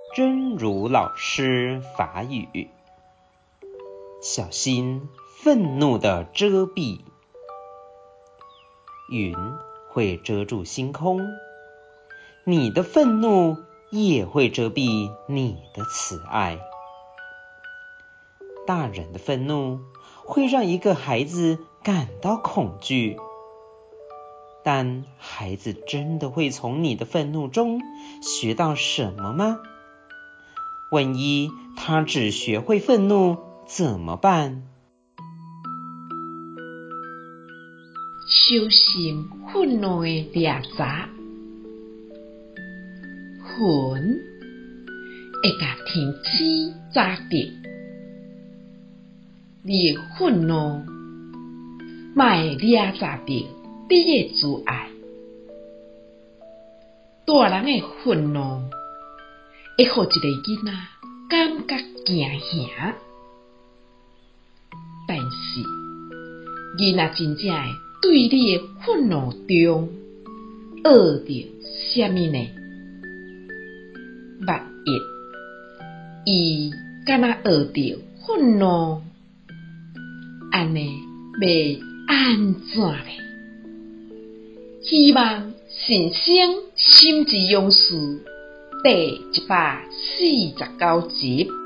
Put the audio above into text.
真如老师法语，小心愤怒的遮蔽。云会遮住星空，你的愤怒也会遮蔽你的慈爱。大人的愤怒会让一个孩子感到恐惧，但孩子真的会从你的愤怒中学到什么吗？万一他只学会愤怒怎么办？ 小心愤怒的猎杂，云会甲天星扎着。你的愤怒嘛会猎杂着你的慈爱。大人的愤怒会互一个囡仔感觉惊吓，但是囡仔真正会对你的愤怒中学到什么呢？万一伊敢若学到愤怒，安尼要安怎呢？希望新生心之勇士第149集。